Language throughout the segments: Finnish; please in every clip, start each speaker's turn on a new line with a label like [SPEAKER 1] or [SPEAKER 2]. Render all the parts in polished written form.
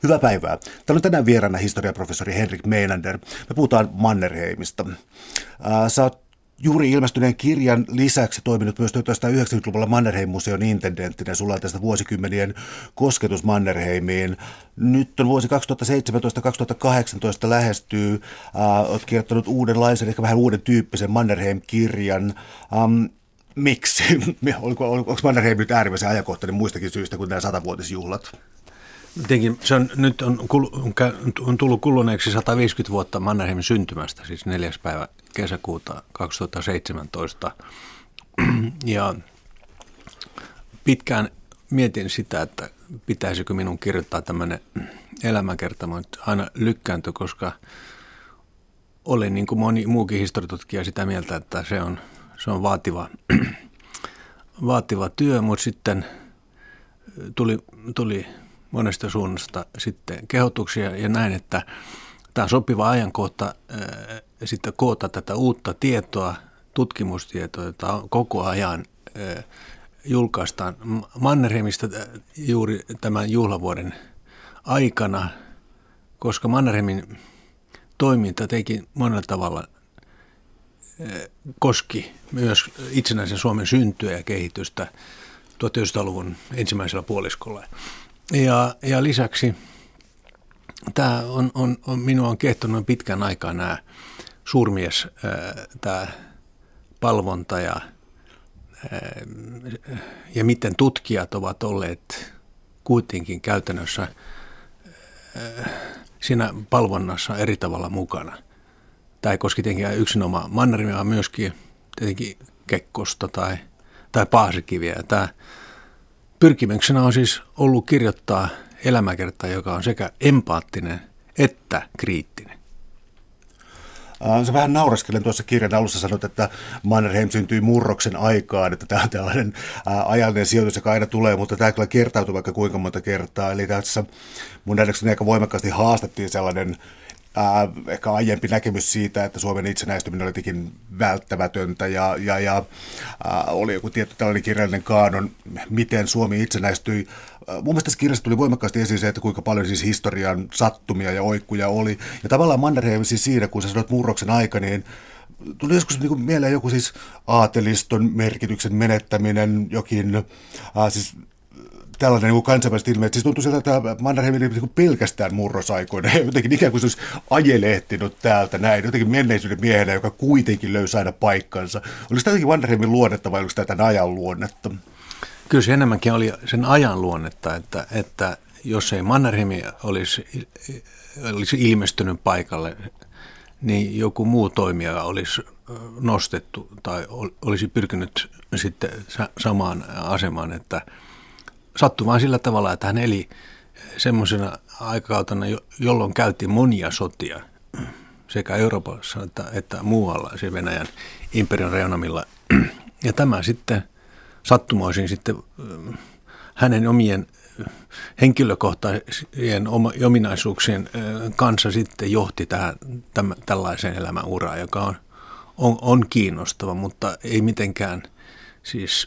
[SPEAKER 1] Hyvää päivää. Täällä on tänään vieraana historiaprofessori Henrik Meinander. Me puhutaan Mannerheimista. Sä oot juuri ilmestyneen kirjan lisäksi toiminut myös 1990-luvulla Mannerheim-museon intendenttinä. Sulla on tästä vuosikymmenien kosketus Mannerheimiin. Nyt on vuosi 2017-2018 lähestyy. Oot kirjoittanut uudenlaisen, ehkä vähän uuden tyyppisen Mannerheim-kirjan. Miksi? Onko Mannerheim nyt äärimmäisen ajankohtainen muistakin syistä kuin nämä 100-vuotisjuhlat?
[SPEAKER 2] Tietenkin on tullut kuluneeksi 150 vuotta Mannerheimin syntymästä, siis 4. päivä kesäkuuta 2017. Ja pitkään mietin sitä, että pitäisikö minun kirjoittaa tämmöinen elämänkertama, mutta aina lykkääntö, koska olen niin kuin moni muukin historiatutkija sitä mieltä, että se on vaativa työ, mutta sitten tuli monesta suunnasta sitten kehotuksia ja näin, että tämä on sopiva ajankohta sitten koota tätä uutta tietoa, tutkimustietoa, jota koko ajan julkaistaan Mannerheimista juuri tämän juhlavuoden aikana, koska Mannerheimin toiminta teki monella tavalla koski myös itsenäisen Suomen syntyä ja kehitystä 1900-luvun ensimmäisellä puoliskolla. Ja lisäksi tämä minua on kehtonut pitkän aikaa nämä suurmies, tämä palvonta ja miten tutkijat ovat olleet kuitenkin käytännössä siinä palvonnassa eri tavalla mukana. Tämä ei koski tietenkin yksinomaan Mannerheimia, vaan myöskin tietenkin Kekkosta tai Paasikiviä. Tämä pyrkimyksenä on siis ollut kirjoittaa elämäkerta, joka on sekä empaattinen että kriittinen.
[SPEAKER 1] Sä vähän nauraskelen tuossa kirjan alussa sanot, että Mannerheim syntyi murroksen aikaan, että tämä on tällainen ajallinen sijoitus, joka aina tulee, mutta tämä kyllä kertautuu vaikka kuinka monta kertaa. Eli tässä mun nähdäkseni aika voimakkaasti haastettiin sellainen ehkä aiempi näkemys siitä, että Suomen itsenäistyminen oli jotenkin välttämätöntä ja oli joku tietty tällainen kirjallinen kaanon, miten Suomi itsenäistyi. Mun mielestä tässä kirjassa tuli voimakkaasti esiin se, että kuinka paljon siis historian sattumia ja oikkuja oli. Ja tavallaan Mannerheim siis siinä, kun sä sanoit murroksen aika, niin tuli joskus niin kuin mieleen joku siis aateliston merkityksen menettäminen, jokin siis tällainen niin kansainvälisesti ilme, että siis tuntuu siltä, että Mannerheim oli niin pelkästään murrosaikoina, jotenkin ikään kuin se olisi ajelehtinut täältä näin, jotenkin menneisyyden miehenä, joka kuitenkin löysi aina paikkansa. Oliko tämä jotenkin Mannerheimin luonnetta vai oliko tämä tämän ajan luonnetta?
[SPEAKER 2] Kyllä se enemmänkin oli sen ajan luonnetta, että jos ei Mannerheim olisi ilmestynyt paikalle, niin joku muu toimija olisi nostettu tai olisi pyrkinyt sitten samaan asemaan, että sattui vain sillä tavalla, että hän eli semmoisena aikakautena, jolloin käytiin monia sotia sekä Euroopassa että muualla, siis Venäjän imperion reunamilla. Ja tämä sitten sattumoisin sitten hänen omien henkilökohtaisien ominaisuuksien kanssa sitten johti tällaiseen elämän uraan, joka on kiinnostava, mutta ei mitenkään siis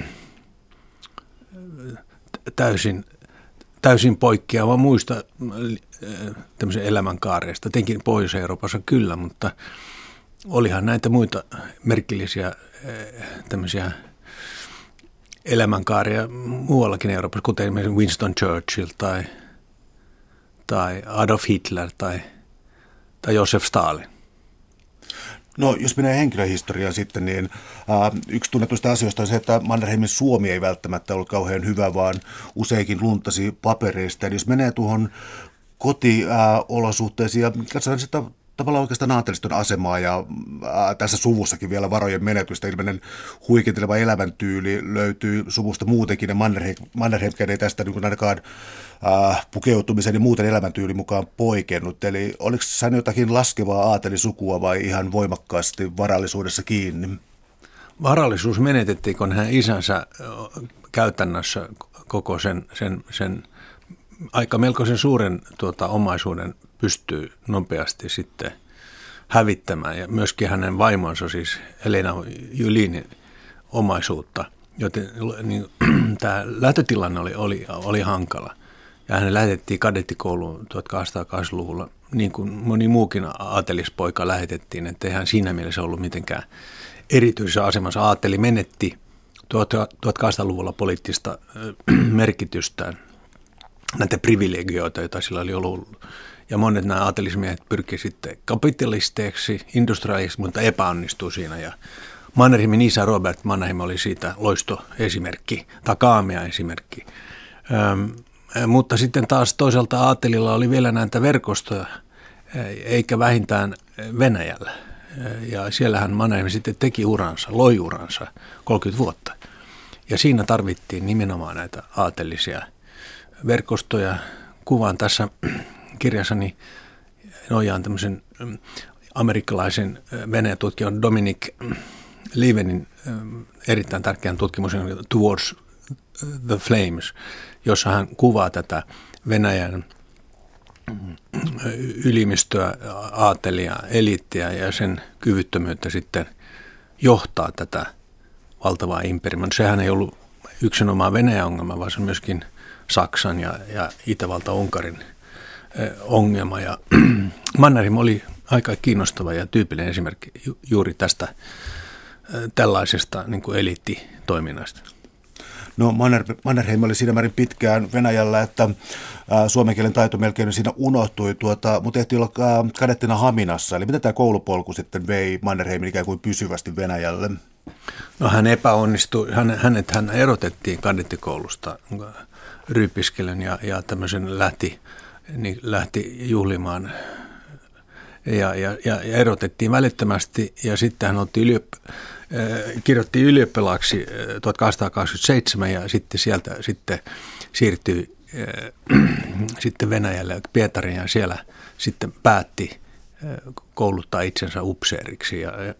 [SPEAKER 2] täysin poikkeava muista tämmöisen elämänkaareista. Tietenkin Pohjois-Euroopassa kyllä, mutta olihan näitä muita merkillisiä tämmöisiä elämänkaaria muuallakin Euroopassa, kuten esimerkiksi Winston Churchill tai Adolf Hitler tai Josef Stalin.
[SPEAKER 1] No, jos menee henkilöhistoriaan sitten, niin yksi tunnetuista asioista on se, että Mannerheimin suomi ei välttämättä ollut kauhean hyvä, vaan useinkin luntasi papereista. Eli jos menee tuohon kotiolosuhteisiin ja katsotaan sitä tavallaan oikeastaan aateliston asemaa ja tässä suvussakin vielä varojen menetystä, ilmeinen huikenteleva elämäntyyli löytyy suvusta muutenkin, ja Mannerheimkään ei tästä niin kuin ainakaan pukeutumisen ja muuten elämäntyylin mukaan poikennut. Eli oliko hän jotakin laskevaa aatelisukua vai ihan voimakkaasti varallisuudessa kiinni?
[SPEAKER 2] Varallisuus menetettiin, kun hän isänsä käytännössä koko sen aika melkoisen suuren omaisuuden pystyy nopeasti sitten hävittämään. Ja myöskin hänen vaimonsa, siis Elena Julinin omaisuutta, joten niin, tämä lähtötilanne oli hankala. Ja hän lähetettiin kadettikouluun 1880-luvulla, niin kuin moni muukin aatelispoika lähetettiin, että eihän siinä mielessä ollut mitenkään erityisessä asemassa. Aateli menetti 1800-luvulla poliittista merkitystään, näitä privilegioita, joita sillä oli ollut. Ja monet nämä aatelismiehet pyrkivät sitten kapitalisteiksi, industrialistiksi, mutta epäonnistui siinä. Ja Mannerheimin isä Robert Mannerheim oli siitä loistoesimerkki, tai kaamea esimerkki. Mutta sitten taas toisaalta aatelilla oli vielä näitä verkostoja, eikä vähintään Venäjällä. Ja siellähän Mannerheim sitten teki uransa, loi uransa 30 vuotta. Ja siinä tarvittiin nimenomaan näitä aatelisia verkostoja. Kuvaan tässä kirjassani nojaan tämmöisen amerikkalaisen Venäjän tutkijan Dominic Lievenin erittäin tärkeän tutkimuksen Towards the Flames, jossa hän kuvaa tätä Venäjän ylimistöä, aatelia, eliittiä ja sen kyvyttömyyttä sitten johtaa tätä valtavaa imperiumia. Sehän ei ollut yksinomaan Venäjän ongelma, vaan se on myöskin Saksan ja Itävalta-Unkarin ongelma. Ja Mannerheim oli aika kiinnostava ja tyypillinen esimerkki juuri tästä tällaisesta niin kuin eliittitoiminnasta.
[SPEAKER 1] No Mannerheim oli siinä määrin pitkään Venäjällä, että suomen kielen taito melkein siinä unohtui, mutta ehti olla kadettina Haminassa. Eli miten tämä koulupolku sitten vei Mannerheimin ikään kuin pysyvästi Venäjälle?
[SPEAKER 2] No hän epäonnistui, hän erotettiin kadettikoulusta ryyppiskelyn ja tämmöisen lähti juhlimaan ja erotettiin välittömästi ja sitten hän kirjoitti ylioppilaaksi 1827 ja sitten sieltä siirtyi sitten Venäjälle Pietariin ja siellä sitten päätti kouluttaa itsensä upseeriksi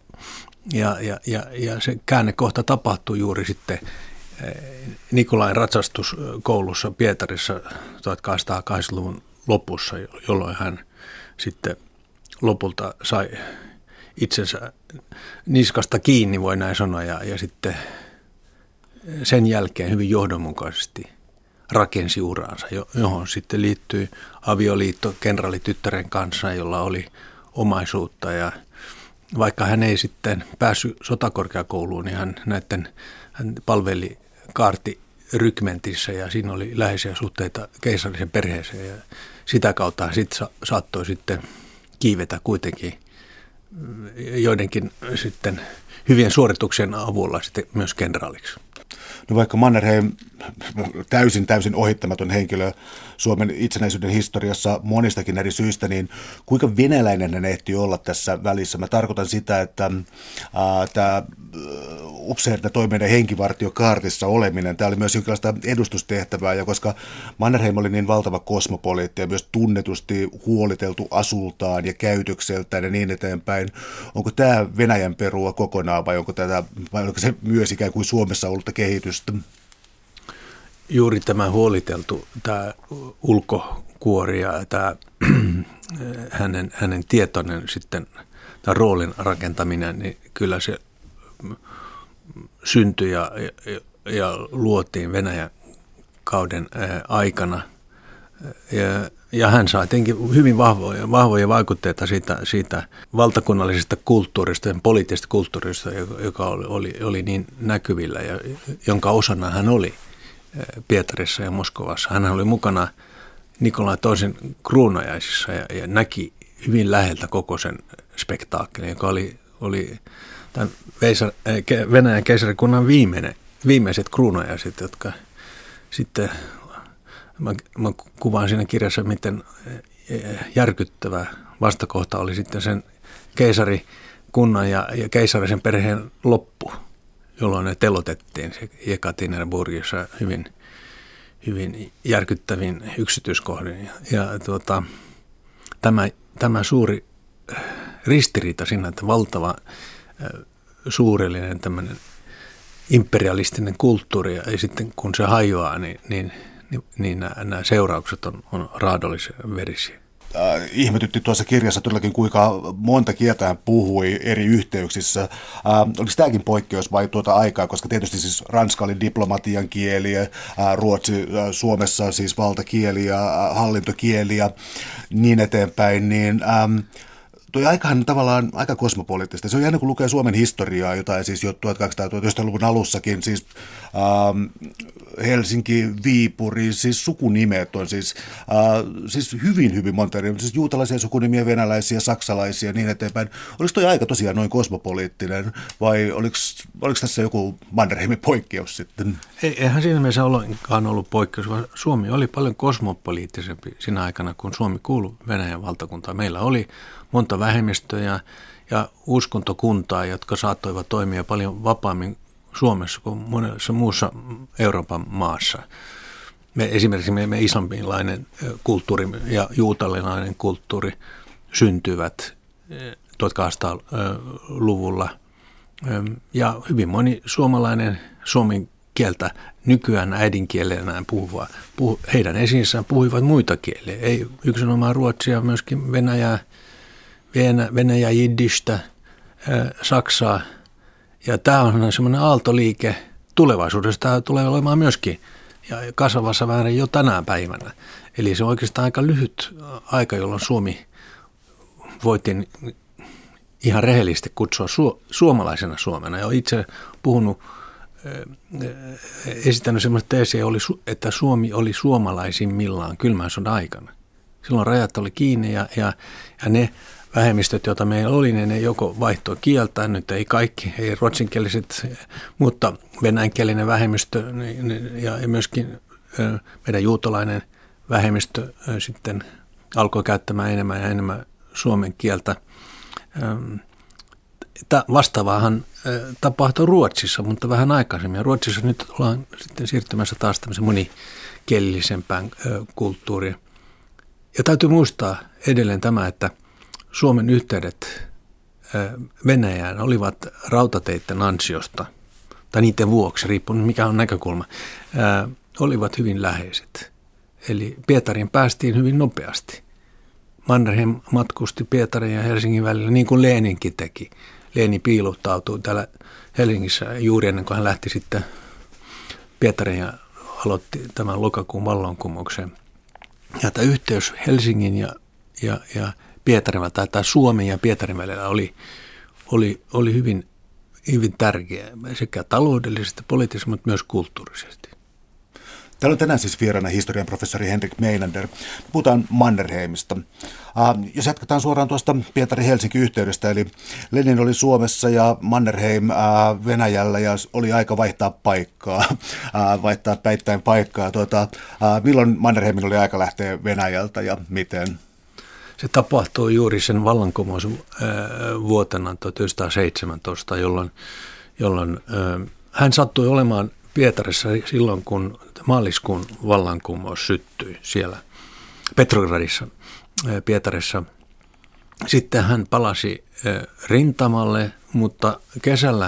[SPEAKER 2] ja se käännekohta tapahtui juuri sitten Nikolain ratsastuskoulussa Pietarissa 1880-luvun lopussa, jolloin hän sitten lopulta sai itsensä niskasta kiinni, voi näin sanoa, ja sitten sen jälkeen hyvin johdonmukaisesti rakensi uraansa, johon sitten liittyi avioliitto kenraalityttären kanssa, jolla oli omaisuutta. Ja vaikka hän ei sitten päässyt sotakorkeakouluun, niin hän palveli kaartirykmentissä ja siinä oli läheisiä suhteita keisarisen perheeseen. Ja sitä kautta hän sitten saattoi sitten kiivetä kuitenkin joidenkin sitten hyvien suorituksien avulla sitten myös kenraaliksi.
[SPEAKER 1] No vaikka Mannerheim täysin ohittamaton henkilö Suomen itsenäisyyden historiassa monistakin eri syistä, niin kuinka venäläinen hän ehti olla tässä välissä? Mä tarkoitan sitä, että tämä upseerina toiminen henkivartio kaartissa oleminen, tämä oli myös jonkinlaista edustustehtävää, ja koska Mannerheim oli niin valtava kosmopoliitti ja myös tunnetusti huoliteltu asultaan ja käytökseltään ja niin eteenpäin, onko tämä Venäjän perua kokonaan vai onko se myös ikään kuin Suomessa ollutta kehitystä?
[SPEAKER 2] Juuri tämä huoliteltu, tämä ulkokuori ja tämä hänen tietoinen sitten, tämä roolin rakentaminen, niin kyllä se syntyi ja luotiin Venäjän kauden aikana. Ja hän sai tietenkin hyvin vahvoja vaikutteita siitä valtakunnallisesta kulttuurista ja poliittisesta kulttuurista, joka oli niin näkyvillä ja jonka osana hän oli Pietarissa ja Moskovassa. Hän oli mukana Nikolai toisen kruunajaisissa ja näki hyvin läheltä koko sen spektaakkelin, joka oli tämän Venäjän keisarikunnan viimeiset kruunajaiset, jotka sitten, mä kuvaan siinä kirjassa, miten järkyttävä vastakohta oli sitten sen keisarikunnan ja keisarisen perheen loppu, jolloin ne telotettiin Jekaterinburgissa hyvin järkyttävin yksityiskohdin. Ja tämä suuri ristiriita siinä, että valtava suurellinen tämmöinen imperialistinen kulttuuri, ja sitten kun se hajoaa, niin nämä seuraukset on raadollisen verisiä.
[SPEAKER 1] ihmetytti tuossa kirjassa todellakin, kuinka monta kieltä hän puhui eri yhteyksissä. Oliko tämäkin poikkeus vai tuota aikaa, koska tietysti siis ranska oli diplomatian kieli, Ruotsi Suomessa siis valtakieli ja hallintokieli ja niin eteenpäin, niin tuo aikahan tavallaan aika kosmopoliittista. Se on jännä, kun lukee Suomen historiaa, jotain siis jo 1800-1900-luvun alussakin, siis Helsinki, Viipuri, siis sukunimet on siis hyvin, hyvin monta eri, siis juutalaisia sukunimiä, venäläisiä, saksalaisia ja niin eteenpäin. Oliko tuo aika tosiaan noin kosmopoliittinen vai oliko tässä joku Mannerheimin poikkeus sitten?
[SPEAKER 2] Eihän siinä mielessä ollenkaan ollut poikkeus, vaan Suomi oli paljon kosmopoliittisempi siinä aikana, kun Suomi kuului Venäjän valtakuntaan. Meillä oli monta vähemmistöjä ja uskontokuntaa, jotka saattoivat toimia paljon vapaammin Suomessa kuin monessa muussa Euroopan maassa. Esimerkiksi me islamilainen kulttuuri ja juutalainen kulttuuri syntyvät 1800-luvulla. Ja hyvin moni suomalainen suomen kieltä nykyään äidinkielenään puhuva, heidän esiinsä puhuivat muita kieliä. Ei yksinomaan ruotsia, myöskin venäjä, jiddistä, saksaa. Ja tämä on semmoinen aaltoliike. Tulevaisuudessa tämä tulee olemaan myöskin ja kasvavassa määrin jo tänä päivänä. Eli se on oikeastaan aika lyhyt aika, jolloin Suomi voitiin ihan rehellisesti kutsua suomalaisena Suomena. Ja olen itse puhunut, esittänyt semmoista teesiä, että Suomi oli suomalaisimmillaan kylmän sodan aikana. Silloin rajat oli kiinni ja ne vähemmistöt, joita meillä oli, ne joko vaihtoi kieltä, nyt ei kaikki, ei ruotsinkieliset, mutta venäjänkielinen vähemmistö ja myöskin meidän juutalainen vähemmistö sitten alkoi käyttämään enemmän ja enemmän suomen kieltä. Vastaavaahan tapahtui Ruotsissa, mutta vähän aikaisemmin. Ruotsissa nyt ollaan sitten siirtymässä taas tämmöisen monikielellisempään kulttuuriin. Ja täytyy muistaa edelleen tämä, että Suomen yhteydet Venäjään olivat rautateiden ansiosta, tai niiden vuoksi, riippuen mikä on näkökulma, olivat hyvin läheiset. Eli Pietariin päästiin hyvin nopeasti. Mannerheim matkusti Pietarin ja Helsingin välillä, niin kuin Leninkin teki. Lenin piiluttautui täällä Helsingissä juuri ennen kuin hän lähti sitten Pietarin ja aloitti tämän lokakuun vallankumouksen. Ja tämä yhteys Helsingin ja Pietarin välillä, tai Suomen ja Pietarin välillä oli hyvin, hyvin tärkeä sekä taloudellisesti, poliittisesti, mutta myös kulttuurisesti.
[SPEAKER 1] Täällä on tänään siis vieraana historian professori Henrik Meinander. Puhutaan Mannerheimista. Jos jatketaan suoraan tuosta Pietari-Helsinki-yhteydestä, eli Lenin oli Suomessa ja Mannerheim Venäjällä ja oli aika vaihtaa paikkaa, vaihtaa päittäin paikkaa. Milloin Mannerheimin oli aika lähteä Venäjältä ja miten?
[SPEAKER 2] Se tapahtui juuri sen vallankumouksen vuotena 1917, jolloin hän sattui olemaan Pietarissa silloin, kun maaliskuun vallankumous syttyi siellä Petrogradissa, Pietarissa. Sitten hän palasi rintamalle, mutta kesällä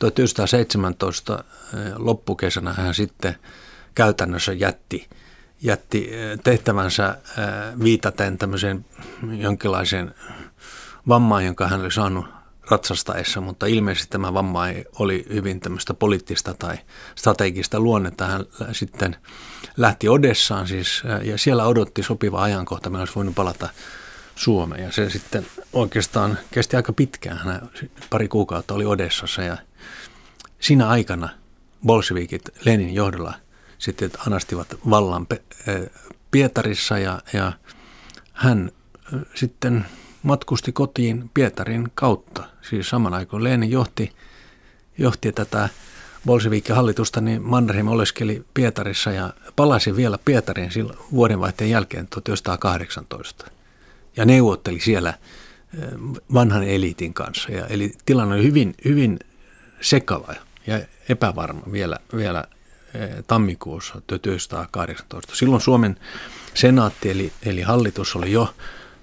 [SPEAKER 2] 1917 loppukesänä hän sitten käytännössä jätti tehtävänsä viitaten tämmöiseen jonkinlaiseen vammaan, jonka hän oli saanut ratsastaessa, mutta ilmeisesti tämä vamma oli hyvin tämmöistä poliittista tai strategista luonnetta. Hän sitten lähti Odessaan siis, ja siellä odotti sopiva ajankohta, meillä olisi voinut palata Suomeen. Ja se sitten oikeastaan kesti aika pitkään. Hän pari kuukautta oli Odessassa ja siinä aikana bolshevikit Lenin johdolla sitten anastivat vallan Pietarissa ja hän sitten matkusti kotiin Pietarin kautta. Siis saman aikaan Lenin johti tätä bolshevikkihallitusta, niin Mannerheim oleskeli Pietarissa ja palasi vielä Pietariin vuodenvaihteen jälkeen 1918. Ja neuvotteli siellä vanhan eliitin kanssa. Eli tilanne oli hyvin, hyvin sekava ja epävarma vielä tammikuussa 1918. Silloin Suomen senaatti eli hallitus oli jo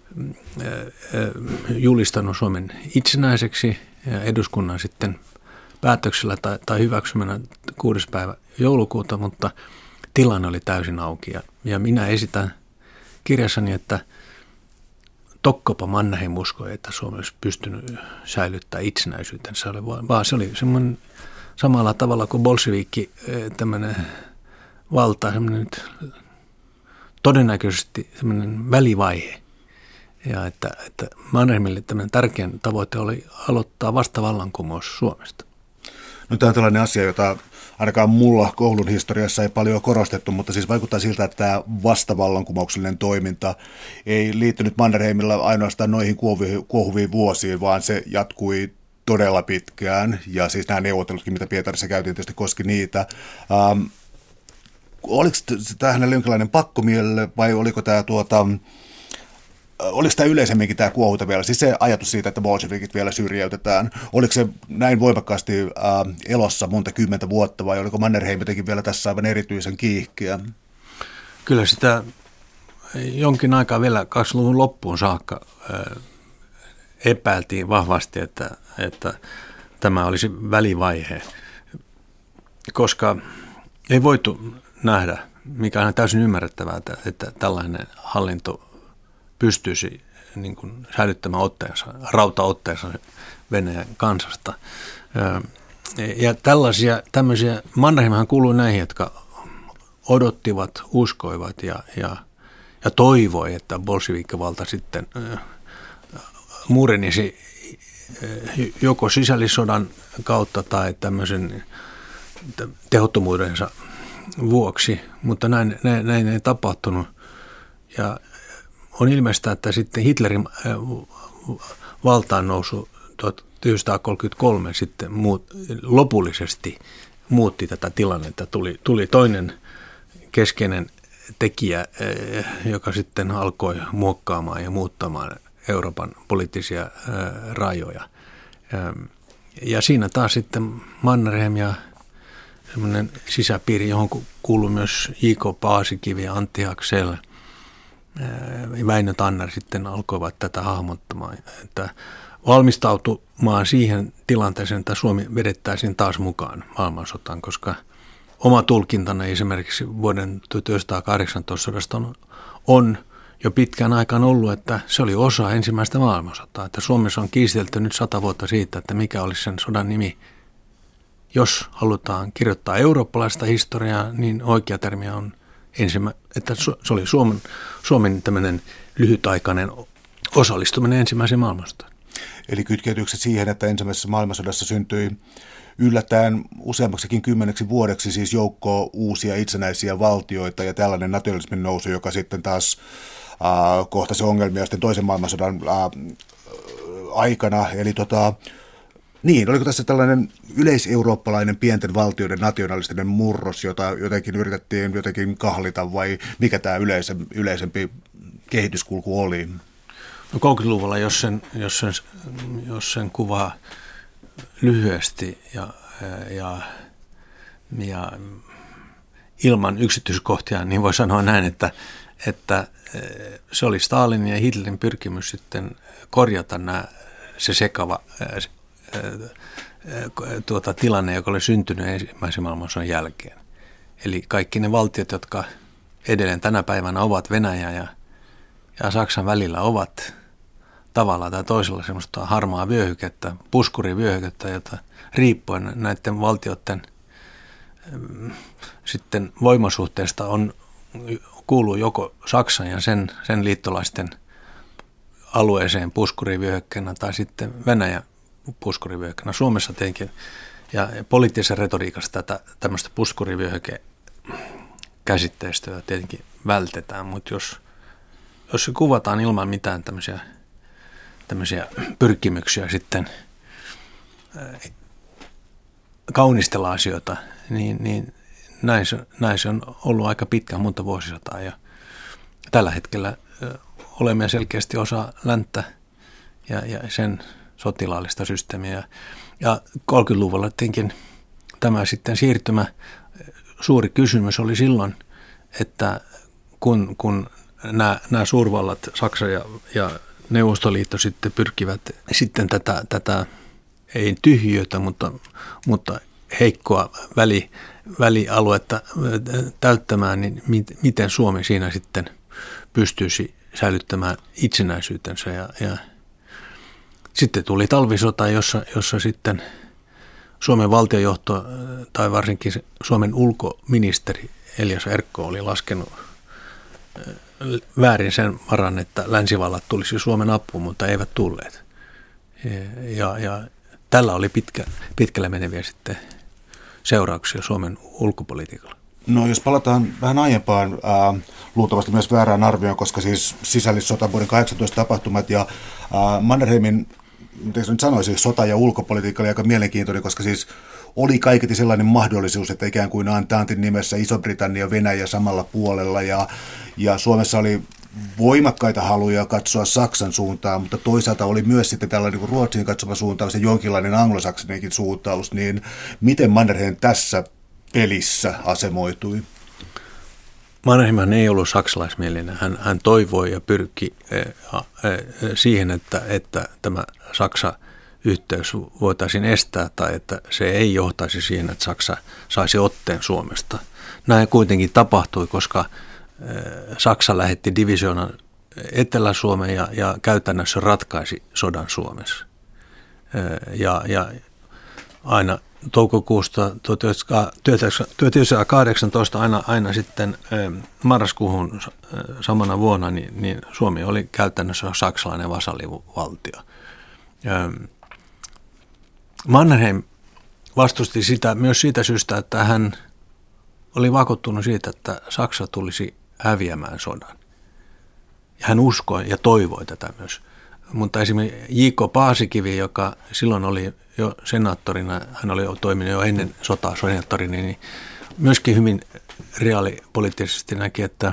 [SPEAKER 2] julistanut Suomen itsenäiseksi ja eduskunnan sitten päätöksellä tai hyväksymänä 6. päivä joulukuuta, mutta tilanne oli täysin auki. Ja minä esitän kirjassani, että tokkopa Mannerheim uskoi, että Suomi olisi pystynyt säilyttämään itsenäisyytensä, vaan se oli semmoinen samalla tavalla kuin bolshevikki tämmöinen valta, semmoinen nyt todennäköisesti semmoinen välivaihe. Ja että Mannerheimille tämmöinen tärkein tavoite oli aloittaa vasta vallankumous Suomesta.
[SPEAKER 1] No, tämä on tällainen asia, jota ainakaan mulla koulun historiassa ei paljon korostettu, mutta siis vaikuttaa siltä, että tämä vastavallankumouksellinen toiminta ei liittynyt Mannerheimilla ainoastaan noihin kuohuviin vuosiin, vaan se jatkui todella pitkään. Ja siis nämä neuvottelutkin, mitä Pietarissa käytiin, tietysti koski niitä. Oliko tämä hänelle jonkinlainen pakkomielle vai oliko tämä oliko tämä yleisemminkin tämä kuohuta vielä, siis se ajatus siitä, että bolshevikit vielä syrjäytetään, oliko se näin voimakkaasti elossa monta kymmentä vuotta vai oliko Mannerheim jotenkin vielä tässä aivan erityisen kiihkeä?
[SPEAKER 2] Kyllä sitä jonkin aikaa vielä 20-luvun loppuun saakka epäiltiin vahvasti, että tämä olisi välivaihe, koska ei voitu nähdä, mikä on täysin ymmärrettävää, että tällainen hallinto pystyisi niin kuin säilyttämään rautaotteensa Venäjän kansasta. Ja tämmöisiä, Mannerheimhan kuului näihin, jotka odottivat, uskoivat ja toivoi, että bolshevikkivalta sitten murenisi joko sisällissodan kautta tai tämmöisen tehottomuudensa vuoksi, mutta näin ei tapahtunut. Ja on ilmeistä, että sitten Hitlerin valtaan nousu 1933 sitten lopullisesti muutti tätä tilannetta. Tuli toinen keskeinen tekijä, joka sitten alkoi muokkaamaan ja muuttamaan Euroopan poliittisia rajoja. Ja siinä taas sitten Mannerheim ja semmoinen sisäpiiri, johon kuului myös J.K. Paasikivi ja Antti Haksel, Väinö Tanner sitten alkoivat tätä hahmottamaan, että valmistautumaan siihen tilanteeseen, että Suomi vedettäisiin taas mukaan maailmansotaan, koska oma tulkintana esimerkiksi vuoden 1918 sodasta on jo pitkään aikaan ollut, että se oli osa ensimmäistä maailmansotaa, että Suomessa on kiistelty nyt 100 vuotta siitä, että mikä olisi sen sodan nimi. Jos halutaan kirjoittaa eurooppalaista historiaa, niin oikea termi on että se oli Suomen tämmöinen lyhytaikainen osallistuminen ensimmäiseen maailmansotaan.
[SPEAKER 1] Eli kytkeytyykö se siihen, että ensimmäisessä maailmansodassa syntyi yllättäen useammaksikin 10 vuodeksi siis joukko uusia itsenäisiä valtioita ja tällainen nationalismin nousu, joka sitten taas kohtasi ongelmia sitten toisen maailmansodan aikana. Eli niin, oliko tässä tällainen yleiseurooppalainen pienten valtioiden nationalistinen murros, jota jotenkin yritettiin jotenkin kahlita, vai mikä tämä yleisempi kehityskulku oli?
[SPEAKER 2] No 30-luvulla, jos sen kuvaa lyhyesti ja ilman yksityiskohtia, niin voi sanoa näin, että se oli Stalinin ja Hitlerin pyrkimys sitten korjata se sekava tilanne, joka oli syntynyt ensimmäisen maailmansodan jälkeen. Eli kaikki ne valtiot, jotka edelleen tänä päivänä ovat Venäjä ja Saksan välillä, ovat tavalla tai toisella semmoista harmaa vyöhykettä, puskurivyöhykettä, jota riippuen näiden valtioiden sitten voimasuhteesta kuuluu joko Saksan ja sen liittolaisten alueeseen puskurivyöhykkeenä tai sitten Venäjän puskurivyöhykkeenä. Suomessa tietenkin ja poliittisessa retoriikassa tämmöistä puskurivyöhyke-käsitteistöä tietenkin vältetään, mutta jos se kuvataan ilman mitään tämmöisiä pyrkimyksiä sitten kaunistella asioita, niin näin se on ollut aika pitkä, monta vuosisataa. Ja tällä hetkellä olemme selkeästi osa länttä ja sen sotilaallista systeemiä. Ja 30-luvulla tietenkin tämä sitten siirtymä, suuri kysymys oli silloin, että kun nämä suurvallat, Saksa ja Neuvostoliitto sitten pyrkivät sitten tätä ei tyhjiötä, mutta heikkoa välialuetta täyttämään, niin miten Suomi siinä sitten pystyisi säilyttämään itsenäisyytensä. Ja sitten tuli talvisota, jossa sitten Suomen valtiojohto tai varsinkin Suomen ulkoministeri Elias Erkko oli laskenut väärin sen varan, että länsivallat tulisi Suomen apuun, mutta eivät tulleet. Ja tällä oli pitkälle meneviä sitten seurauksia Suomen ulkopolitiikalla.
[SPEAKER 1] No jos palataan vähän aiempaan, luultavasti myös väärään arvioon, koska siis sisällissota vuoden 18 tapahtumat ja Mannerheimin, miten nyt sanoisin, sota- ja ulkopolitiikka oli aika mielenkiintoinen, koska siis oli kaiketi sellainen mahdollisuus, että ikään kuin Ententin nimessä Iso-Britannia ja Venäjä samalla puolella ja Suomessa oli voimakkaita haluja katsoa Saksan suuntaan, mutta toisaalta oli myös sitten tällainen niin Ruotsin katsova suuntaus ja jonkinlainen anglosaksinenkin suuntaus, niin miten Mannerheim tässä pelissä asemoitui?
[SPEAKER 2] Mannerheim ei ollut saksalaismielinen. Hän toivoi ja pyrki siihen, että tämä Saksa-yhteys voitaisiin estää tai että se ei johtaisi siihen, että Saksa saisi otteen Suomesta. Näin kuitenkin tapahtui, koska Saksa lähetti divisioonan Etelä-Suomeen ja käytännössä ratkaisi sodan Suomessa. Ja aina toukokuusta 1918 aina sitten marraskuuhun samana vuonna, niin Suomi oli käytännössä saksalainen vasallivaltio. Mannerheim vastusti sitä myös siitä syystä, että hän oli vakuuttunut siitä, että Saksa tulisi häviämään sodan. Ja hän uskoi ja toivoi tätä myös. Mutta esimerkiksi J.K. Paasikivi, joka silloin oli jo senaattorina, hän oli jo toiminut jo ennen sotaa senaattorina, niin myöskin hyvin reaalipoliittisesti näki, että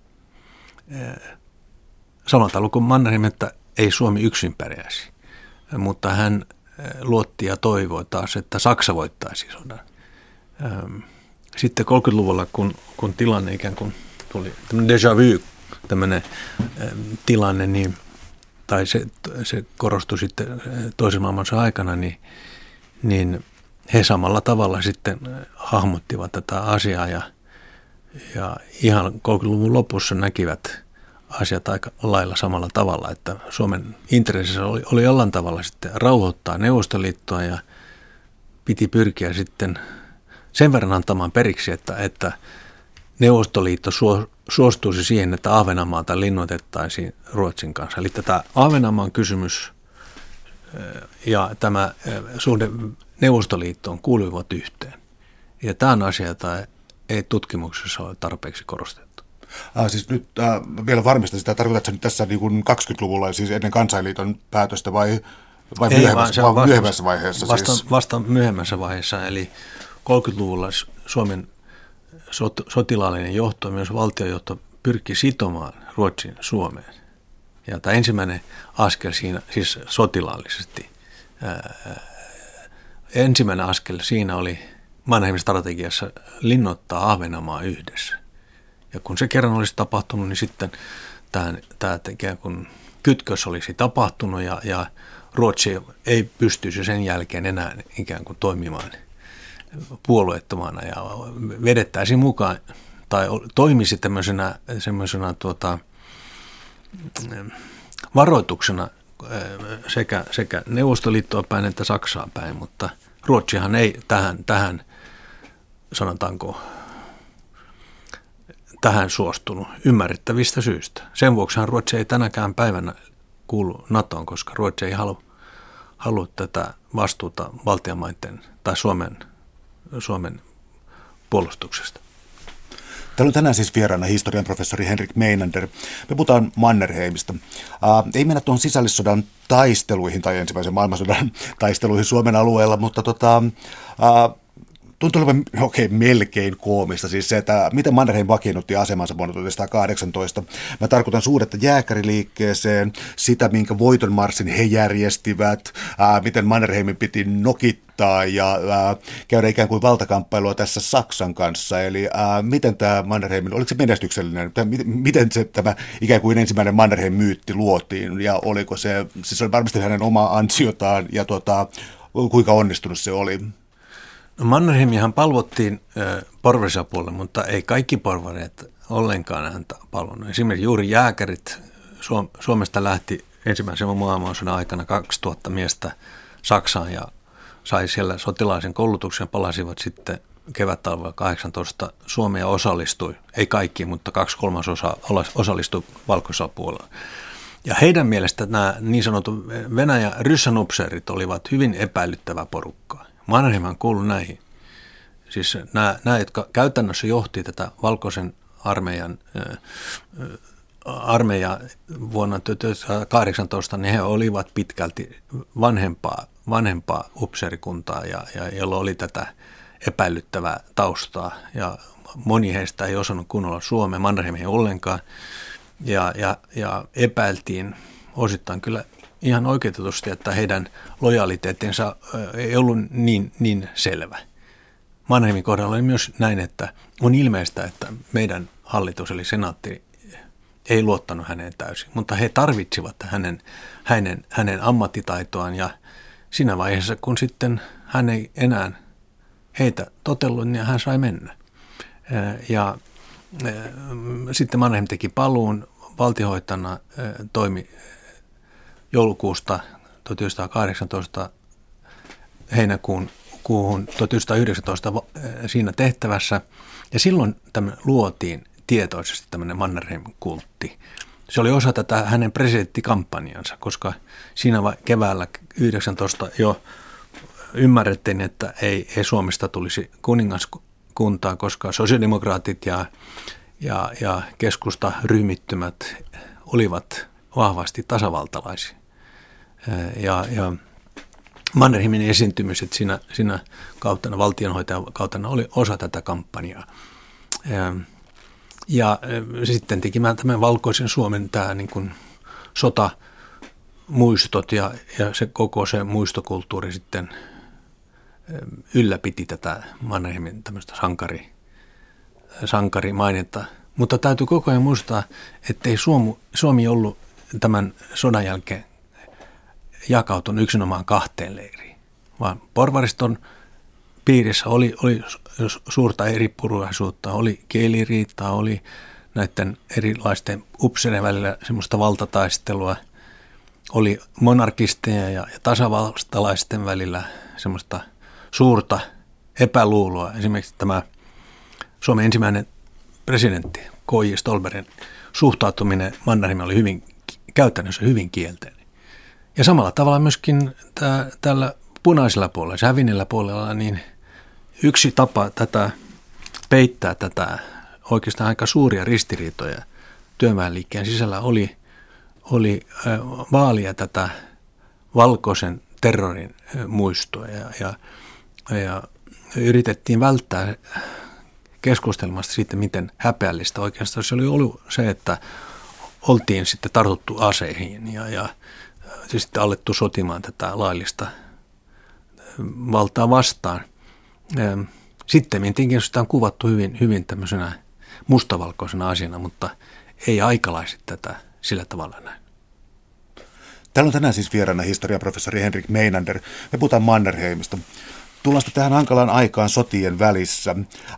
[SPEAKER 2] samalla tavalla kuin Mannerheim, että ei Suomi yksin pärjäisi. Mutta hän luotti ja toivoi taas, että Saksa voittaisi sodan. Sitten 30-luvulla, kun tilanne ikään kuin tuli tämmöinen déjà vu, tämmöinen tilanne, niin tai se korostui sitten toisen maailmansodan aikana, niin he samalla tavalla sitten hahmottivat tätä asiaa ja ihan 30-luvun lopussa näkivät asiat aika lailla samalla tavalla, että Suomen intressissä oli jollain tavalla sitten rauhoittaa Neuvostoliittoa ja piti pyrkiä sitten sen verran antamaan periksi, että Neuvostoliitto suostuisi siihen, että Ahvenanmaata linnoitettaisiin Ruotsin kanssa. Eli tätä Ahvenanmaan kysymys ja tämä suhde Neuvostoliittoon kuuluivat yhteen. Ja tämä on asia, jota ei tutkimuksessa ole tarpeeksi korostettu.
[SPEAKER 1] Siis nyt vielä varmistan sitä, tarkoitatko nyt tässä niin kuin 20-luvulla, siis ennen Kansainliiton päätöstä vai myöhemmässä vaiheessa?
[SPEAKER 2] Vasta myöhemmässä vaiheessa, eli 30-luvulla Suomen sotilaallinen johto, myös valtiojohto pyrki sitomaan Ruotsin Suomeen. Ja tämä ensimmäinen askel siinä, siis sotilaallisesti, ensimmäinen askel siinä oli Mannerheimin strategiassa linnoittaa Ahvenanmaa yhdessä. Ja kun se kerran olisi tapahtunut, niin sitten tämä ikään kuin kytkös olisi tapahtunut ja Ruotsi ei pystyisi sen jälkeen enää ikään kuin toimimaan puolueettomana ja vedettäisiin mukaan tai toimisi semmoisena varoituksena sekä Neuvostoliittoa päin että Saksaa päin, mutta Ruotsihan ei tähän sanotaanko tähän suostunut ymmärrettävistä syistä. Sen vuoksihan Ruotsi ei tänäkään päivänä kuulu NATOon, koska Ruotsi ei halua tätä vastuuta valtiomaiden tai Suomen puolustuksesta.
[SPEAKER 1] Täällä on tänään siis vieraana historian professori Henrik Meinander. Me puhutaan Mannerheimista. Ei mennä tuohon sisällissodan taisteluihin tai ensimmäisen maailmansodan taisteluihin Suomen alueella, mutta tuntuu olevan melkein koomista, siis se, että miten Mannerheim vakiinnutti asemansa vuonna 1918. Mä tarkoitan suhdetta jääkäriliikkeeseen, sitä minkä voitonmarssin he järjestivät, miten Mannerheimin piti nokittaa ja käydä ikään kuin valtakamppailua tässä Saksan kanssa. Eli miten tämä Mannerheimin, oliko se menestyksellinen, miten se tämä ikään kuin ensimmäinen Mannerheim-myytti luotiin ja oliko se, siis oli varmasti hänen omaa ansiotaan ja kuinka onnistunut se oli?
[SPEAKER 2] No Mannerheimihan palvottiin porvarisapuolelle, mutta ei kaikki porvareet ollenkaan häntä palvonnut. Esimerkiksi juuri jääkärit Suomesta lähti ensimmäisen maailmansodan aikana 2000 miestä Saksaan ja sai siellä sotilaisen koulutuksen, palasivat sitten kevättalvella 18 Suomea osallistui, ei kaikki, mutta 2/3 osallistui valkoisella puolella. Ja heidän mielestä nämä niin sanotut Venäjän ryssänupseerit olivat hyvin epäilyttävää porukkaa. Mannerheim kuului näihin. Siis nämä, jotka käytännössä johti tätä valkoisen armeija vuonna 1918, niin he olivat pitkälti vanhempaa upseerikuntaa, ja jolla oli tätä epäilyttävää taustaa. Ja moni heistä ei osannut kunnolla suomea, Mannerheimia ollenkaan, ja epäiltiin osittain kyllä ihan oikeutetusti, että heidän lojaliteettinsa ei ollut niin selvä. Mannerheimin kohdalla oli myös näin, että on ilmeistä, että meidän hallitus eli senaatti ei luottanut häneen täysin, mutta he tarvitsivat hänen ammattitaitoaan, ja siinä vaiheessa, kun sitten hän ei enää heitä totellut, niin hän sai mennä. Ja sitten Mannerheim teki paluun valtionhoitajana, toimi joulukuusta 1918 heinäkuuhun 1919 siinä tehtävässä, ja silloin luotiin tietoisesti tämmöinen Mannerheim-kultti. Se oli osa tätä hänen presidenttikampanjansa, koska siinä keväällä 19 jo ymmärrettiin, että ei Suomesta tulisi kuningaskuntaa, koska sosiaalidemokraatit ja keskustaryhmittymät olivat vahvasti tasavaltalaisia. Ja Mannerheimin esiintymiset siinä kautena, valtionhoitajan kautena, oli osa tätä kampanjaa. Ja sitten tekemään tämän valkoisen Suomen tämä niin kuin sotamuistot ja se koko se muistokulttuuri sitten ylläpiti tätä Mannerheimin tämmöistä sankarimainetta. Mutta täytyy koko ajan muistaa, ettei Suomi ollut tämän sodan jälkeen jakautunut yksinomaan 2 leiriin, vaan porvariston piirissä oli suurta eripuraisuutta, oli kieliriitaa, oli näiden erilaisten upseerien välillä semmoista valtataistelua, oli monarkisteja ja tasavaltalaisten välillä semmoista suurta epäluuloa. Esimerkiksi tämä Suomen ensimmäinen presidentti K.J. Ståhlbergin suhtautuminen Mannerheimiin oli käytännössä hyvin kielteinen. Ja samalla tavalla myöskin tällä punaisella puolella, sävinellä puolella, niin yksi tapa peittää tätä oikeastaan aika suuria ristiriitoja työväenliikkeen sisällä oli vaalia tätä valkoisen terrorin muistoa ja yritettiin välttää keskustelmasta siitä, miten häpeällistä oikeastaan se oli ollut se, että oltiin sitten tartuttu aseihin ja sitten alettu sotimaan tätä laillista valtaa vastaan. Sitten tietenkin sitä on kuvattu hyvin tämmöisenä mustavalkoisena asiana, mutta ei aikalaiset tätä sillä tavalla näin.
[SPEAKER 1] Täällä on tänään siis vieraana historiaprofessori Henrik Meinander. Me puhutaan Mannerheimista. Tullaan tähän hankalaan aikaan sotien välissä.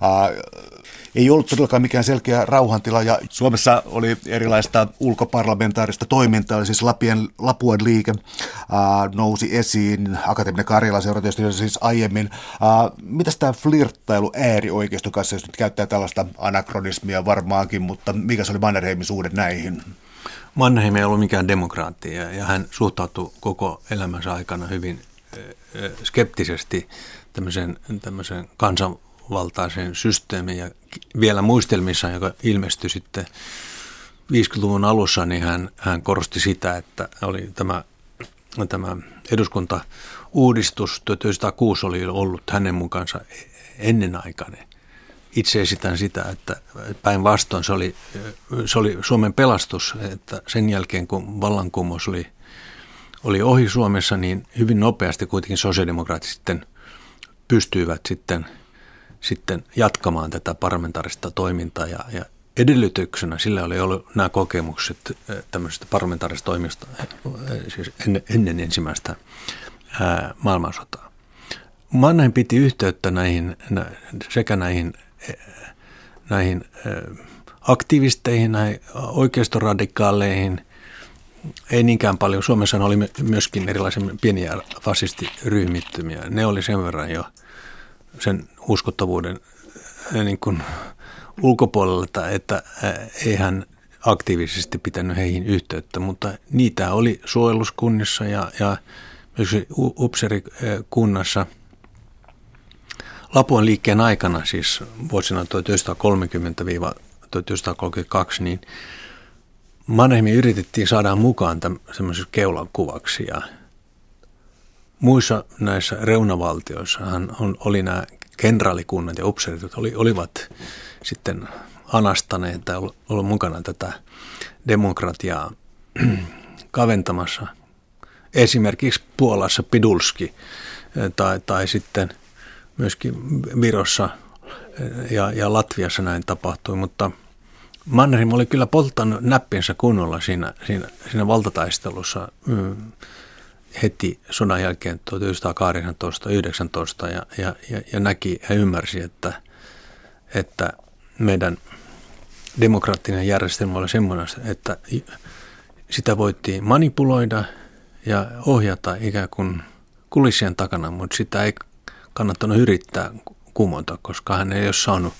[SPEAKER 1] Ei ollut todellakaan mikään selkeä rauhantila, ja Suomessa oli erilaista ulkoparlamentaarista toimintaa, siis Lapuan liike nousi esiin, Akateeminen Karjala-seura tietysti siis aiemmin. Mitäs tämä flirttailu äärioikeiston kanssa, jos nyt käyttää tällaista anakronismia varmaankin, mutta mikä se oli Mannerheimin suhde näihin?
[SPEAKER 2] Mannerheim ei ollut mikään demokraatti, ja hän suhtautui koko elämänsä aikana hyvin skeptisesti tämmöisen kansanvaltaisen systeemin, ja vielä muistelmissa, joka ilmestyi sitten 50-luvun alussa, niin hän korosti sitä, että oli tämä eduskuntauudistus 1906 oli ollut hänen mukaansa ennenaikainen. Itse esitän sitä, että päinvastoin se oli Suomen pelastus, että sen jälkeen kun vallankumous oli ohi Suomessa, niin hyvin nopeasti kuitenkin sosiaalidemokraatit sitten pystyivät sitten jatkamaan tätä parlamentaarista toimintaa, ja edellytyksenä sillä oli ollut nämä kokemukset tämmöisestä parlamentaarisesta toimista siis ennen ensimmäistä maailmansotaa. Mannerheim piti yhteyttä sekä näihin aktivisteihin, näihin oikeistoradikaaleihin, ei niinkään paljon. Suomessa oli myöskin erilaisia pieniä fasistiryhmittymiä. Ne oli sen verran jo sen uskottavuuden niin kuin ulkopuolelta, että ei hän aktiivisesti pitänyt heihin yhteyttä, mutta niitä oli suojeluskunnissa ja myös upseerikunnassa. Lapuan liikkeen aikana, siis vuosina 1930-1932, niin Mannerheimia yritettiin saada mukaan semmoisessa keulan kuvaksi ja muissa näissä reunavaltioissahan oli nämä kenraalikunnat ja upseerit, olivat sitten anastaneet tai ollut mukana tätä demokratiaa kaventamassa. Esimerkiksi Puolassa Pidulski tai sitten myöskin Virossa ja Latviassa näin tapahtui, mutta Mannerheim oli kyllä polttanut näppinsä kunnolla siinä valtataistelussa heti sodan jälkeen 1918-19 ja näki ja ymmärsi, että meidän demokraattinen järjestelmä oli semmoinen, että sitä voitiin manipuloida ja ohjata ikään kuin kulissien takana, mutta sitä ei kannattanut yrittää kumota, koska hän ei ole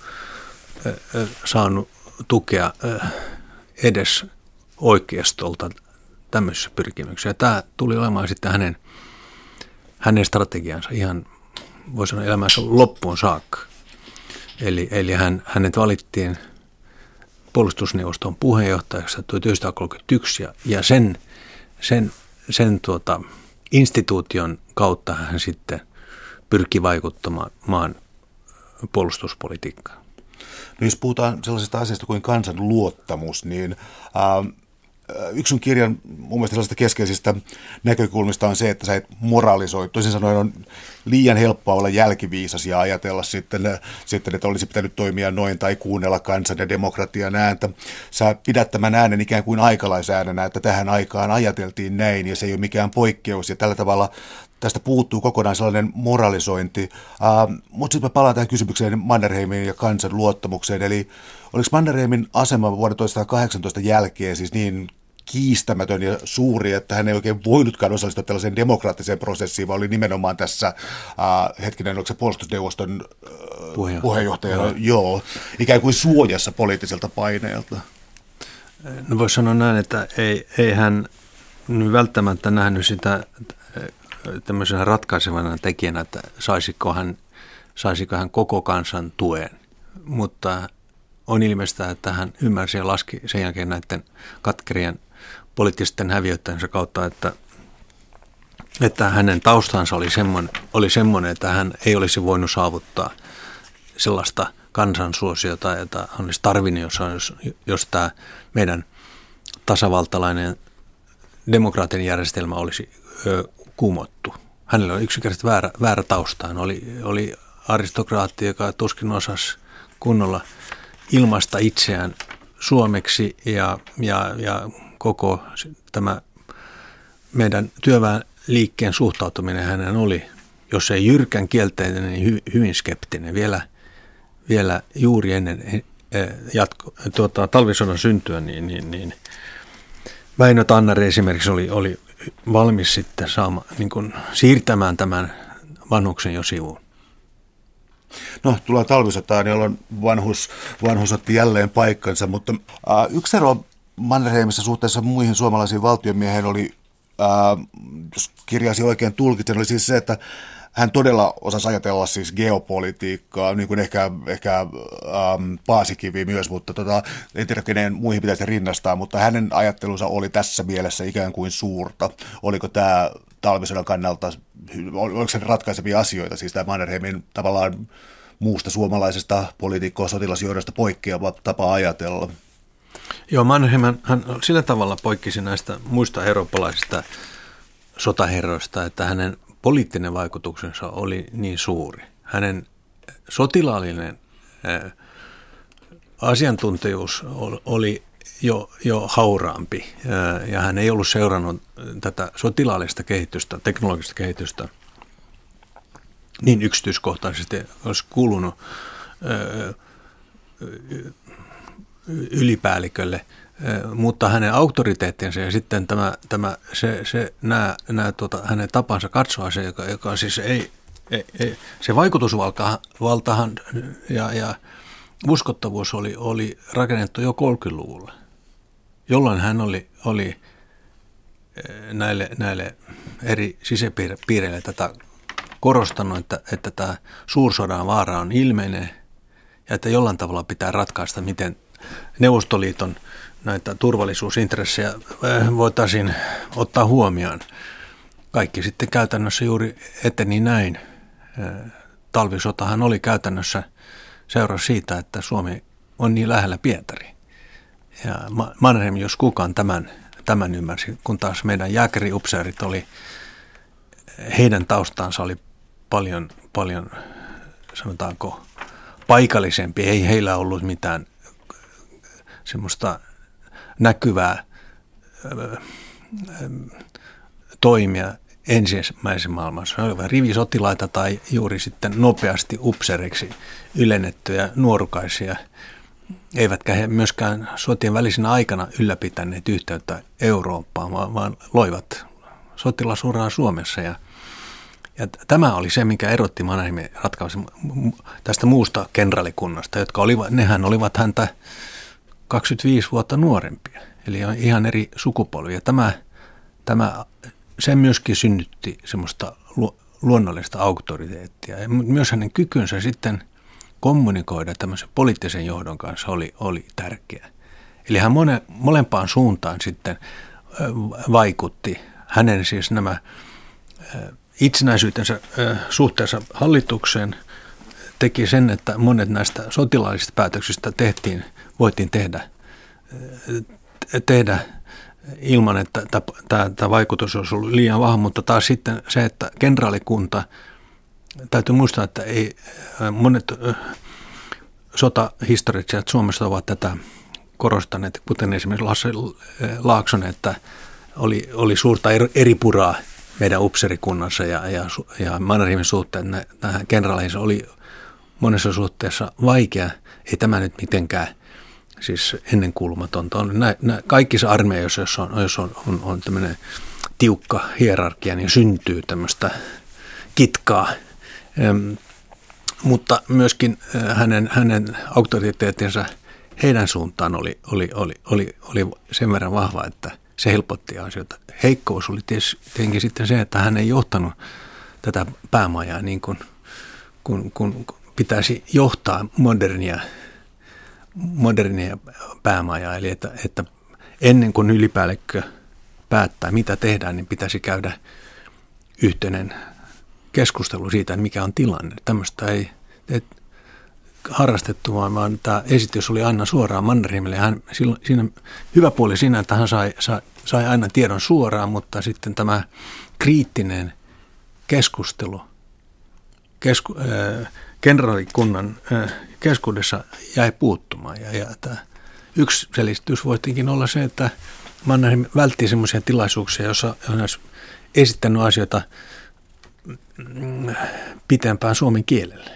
[SPEAKER 2] saanut tukea edes oikeistolta tämmöisissä pyrkimyksissä. Tämä tuli olemaan sitten hänen strategiansa ihan, voi sanoa, elämänsä loppuun saakka. Eli hänet valittiin puolustusneuvoston puheenjohtajaksi 1931 ja sen instituution kautta hän sitten pyrki vaikuttamaan maan puolustuspolitiikkaan.
[SPEAKER 1] No jos puhutaan sellaisesta asiasta kuin kansan luottamus, niin yksi sun kirjan mun mielestä sellaisista keskeisistä näkökulmista on se, että sä et moralisoi. Toisin sanoen on liian helppoa olla jälkiviisas ja ajatella sitten, että olisi pitänyt toimia noin tai kuunnella kansan ja demokratian ääntä. Sä pidät tämän äänen ikään kuin aikalaisäänenä, että tähän aikaan ajateltiin näin ja se ei ole mikään poikkeus ja tällä tavalla tästä puuttuu kokonaan sellainen moralisointi. Mutta sitten mä palaan tähän kysymykseen Mannerheimin ja kansan luottamukseen. Eli oliko Mannerheimin asema vuoden 1918 jälkeen siis niin kiistämätön ja suuri, että hän ei oikein voinutkaan osallistua tällaiseen demokraattiseen prosessiin, vaan oli nimenomaan tässä, oliko se puolustusneuvoston puheenjohtajana, joo, ikään kuin suojassa poliittiselta paineelta?
[SPEAKER 2] No voisi sanoa näin, että ei hän välttämättä nähnyt sitä tämmöisenä ratkaisevana tekijänä, että saisiko hän koko kansan tuen, mutta on ilmeistä, että hän ymmärsi ja laski sen jälkeen näiden katkerien poliittisten häviöittäjensä kautta, että hänen taustansa oli semmoinen, että hän ei olisi voinut saavuttaa sellaista kansansuosiota, jota hän olisi tarvinnut, jos tämä meidän tasavaltalainen demokraattinen järjestelmä olisi kumottu. Hänellä oli yksinkertaisesti väärä tausta. Hän oli aristokraatti, joka tuskin osasi kunnolla ilmaista itseään suomeksi ja koko tämä meidän työväenliikkeen suhtautuminen hänen oli, jos ei jyrkän kielteinen, niin hyvin skeptinen. Vielä juuri ennen talvisodan syntyä, niin Väinö Tanneri esimerkiksi oli valmis sitten siirtämään tämän vanhuksen jo sivuun.
[SPEAKER 1] No, tullaan talvisotaan, jolloin vanhus otti jälleen paikkansa, mutta yksi ero Mannerheimissa suhteessa muihin suomalaisiin valtionmieheen oli, jos kirjasi oikein tulkitsen, oli siis se, että hän todella osasi ajatella siis geopolitiikkaa, niin kuin ehkä Paasikivi myös, mutta en tiedä kenen muihin pitäisi rinnastaa, mutta hänen ajattelunsa oli tässä mielessä ikään kuin suurta. Oliko tämä talvisodan kannalta, oliko se ratkaisevia asioita, siis tämä Mannerheimin tavallaan muusta suomalaisesta poliitikko-sotilasjohdosta poikkeava tapa ajatella?
[SPEAKER 2] Joo, Mannerheim hän sillä tavalla poikkesi näistä muista eurooppalaisista sotaherroista, että hänen poliittinen vaikutuksensa oli niin suuri. Hänen sotilaallinen asiantuntijuus oli jo hauraampi ja hän ei ollut seurannut tätä sotilaallista kehitystä, teknologista kehitystä niin yksityiskohtaisesti, olisi kuulunut ylipäällikölle mutta hänen auktoriteettinsa ja sitten hänen tapansa katsoa se, joka siis se vaikutusvaltahan ja uskottavuus oli rakennettu jo 30-luvulla, jolloin hän oli näille eri sisäpiireille tätä korostanut, että tämä suursodan vaara on ilmeinen ja että jollain tavalla pitää ratkaista, miten Neuvostoliiton näitä turvallisuusintressejä voitaisiin ottaa huomioon. Kaikki sitten käytännössä juuri eteni näin. Talvisotahan oli käytännössä seuraus siitä, että Suomi on niin lähellä Pietari. Ja Mannerheim, jos kukaan tämän ymmärsi, kun taas meidän jääkäriupseerit heidän taustansa oli paljon sanotaanko paikallisempi. Ei heillä ollut mitään semmoista näkyvää toimia ensimmäisen maailmassa. He olivat rivisotilaita tai juuri sitten nopeasti upseeriksi ylennettyjä nuorukaisia. Eivätkä he myöskään sotien välisenä aikana ylläpitäneet yhteyttä Eurooppaan, vaan loivat sotilasuraa Suomessa. Ja tämä oli se, mikä erotti Mannerheimin ratkaisun tästä muusta kenraalikunnasta, nehän olivat häntä 25 vuotta nuorempia, eli ihan eri sukupolvia. Se myöskin synnytti semmoista luonnollista auktoriteettia. Ja myös hänen kykynsä sitten kommunikoida tämmöisen poliittisen johdon kanssa oli tärkeä. Eli hän molempaan suuntaan sitten vaikutti. Hänen siis nämä itsenäisyytensä suhteessa hallitukseen teki sen, että monet näistä sotilaallisista päätöksistä voitiin tehdä ilman, että tämä vaikutus olisi ollut liian vahva, mutta taas sitten se, että kenraalikunta, täytyy muistaa, että monet sotahistoritsijat Suomessa ovat tätä korostaneet, kuten esimerkiksi Lasse Laaksonen, että oli suurta eripuraa meidän upseerikunnassa ja Mannerheimin suhteen tähän kenraaleihin oli monessa suhteessa vaikea. Ei tämä nyt mitenkään siis ennenkuulumatonta. Kaikissa armeijoissa, jos on tämmöinen tiukka hierarkia, niin syntyy tämmöistä kitkaa. Mutta myöskin hänen auktoriteettinsa heidän suuntaan oli sen verran vahva, että se helpotti asioita. Heikkous oli tietenkin sitten se, että hän ei johtanut tätä päämajaa niin kuin kun pitäisi johtaa modernia päämajaa. Eli että ennen kuin ylipäällikkö päättää, mitä tehdään, niin pitäisi käydä yhteinen keskustelu siitä, mikä on tilanne. Tämmöistä ei harrastettu, vaan tämä esitys oli aina suoraan Mannerheimille. Siinä hyvä puoli siinä, että hän sai aina tiedon suoraan, mutta sitten tämä kriittinen keskustelu kenraalikunnan keskuudessa jäi puuttumaan. Ja yksi selitys voitinkin olla se, että Mannerheim vältti semmoisia tilaisuuksia, jossa hän olisi esittänyt asioita pitempään suomen kielellä.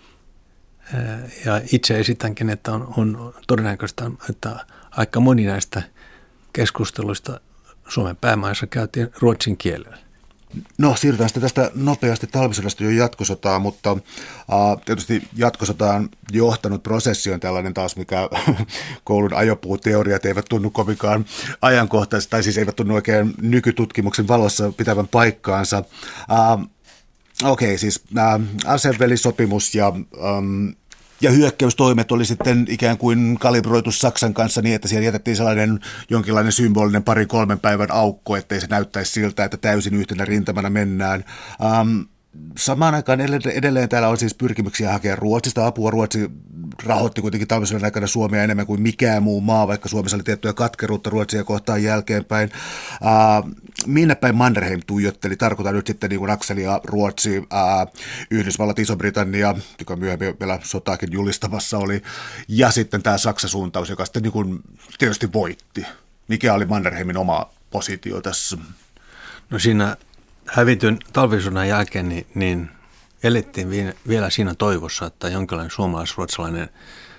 [SPEAKER 2] Ja itse esitänkin, että on todennäköistä, että aika moni näistä keskusteluista Suomen päämaissa käytiin ruotsin kielellä.
[SPEAKER 1] No, siirrytään sitten tästä nopeasti talvisodasta jo jatkosotaan, mutta tietysti jatkosotaan johtanut prosessi on tällainen taas, mikä koulun ajopuuteoriat eivät tunnu kovinkaan ajankohtaisesti, tai siis eivät tunnu oikein nykytutkimuksen valossa pitävän paikkaansa. Okei, siis asevelisopimus ja hyökkäystoimet oli sitten ikään kuin kalibroitu Saksan kanssa niin, että siellä jätettiin sellainen jonkinlainen symbolinen 2-3 päivän aukko, ettei se näyttäisi siltä, että täysin yhtenä rintamana mennään. Samaan aikaan edelleen täällä on siis pyrkimyksiä hakea Ruotsista apua. Ruotsi rahoitti kuitenkin talvisodan aikana Suomea enemmän kuin mikään muu maa, vaikka Suomessa oli tiettyä katkeruutta Ruotsia kohtaan jälkeenpäin. Minne päin Mannerheim tuijotteli? Tarkoitan nyt sitten niin kuin akselia Ruotsi, Yhdysvallat, Iso-Britannia, joka myöhemmin vielä sotaakin julistamassa oli, ja sitten tämä Saksa-suuntaus, joka sitten niin kuin tietysti voitti. Mikä oli Mannerheimin oma positio tässä?
[SPEAKER 2] No siinä hävityn talvisodan jälkeen niin elettiin vielä siinä toivossa, että jonkinlainen suomalais-ruotsalainen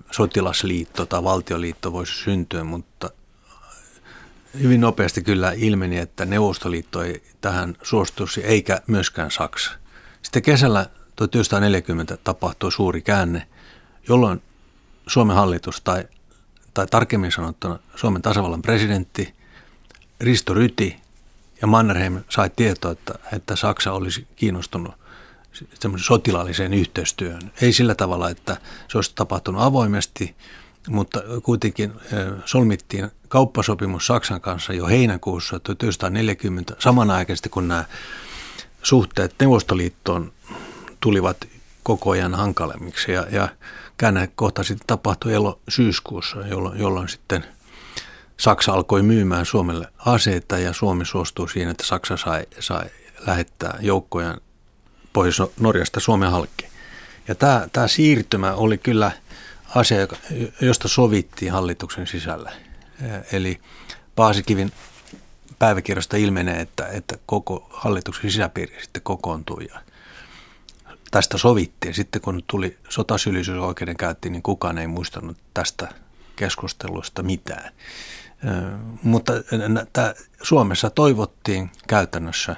[SPEAKER 2] sotilasliitto tai valtioliitto voisi syntyä, mutta hyvin nopeasti kyllä ilmeni, että Neuvostoliitto ei tähän suostuisi eikä myöskään Saksa. Sitten kesällä 1940 tapahtui suuri käänne, jolloin Suomen hallitus tai tarkemmin sanottuna Suomen tasavallan presidentti Risto Ryti ja Mannerheim sai tietoa, että Saksa olisi kiinnostunut semmoisen sotilaalliseen yhteistyöhön. Ei sillä tavalla, että se olisi tapahtunut avoimesti, mutta kuitenkin solmittiin kauppasopimus Saksan kanssa jo heinäkuussa 1940, samanaikaisesti kun nämä suhteet Neuvostoliittoon tulivat koko ajan hankalemmiksi. Ja käännekohta sitten tapahtui syyskuussa, jolloin sitten Saksa alkoi myymään Suomelle aseita ja Suomi suostui siihen, että Saksa sai lähettää joukkoja Pohjois-Norjasta Suomen halki. Ja tämä siirtymä oli kyllä asia, josta sovittiin hallituksen sisällä. Eli Paasikivin päiväkirjasta ilmenee, että koko hallituksen sisäpiiri sitten kokoontui ja tästä sovittiin. Sitten kun tuli sotasyyllisyysoikeudenkäyntiin, niin kukaan ei muistanut tästä keskustelusta mitään. Mutta Suomessa toivottiin käytännössä,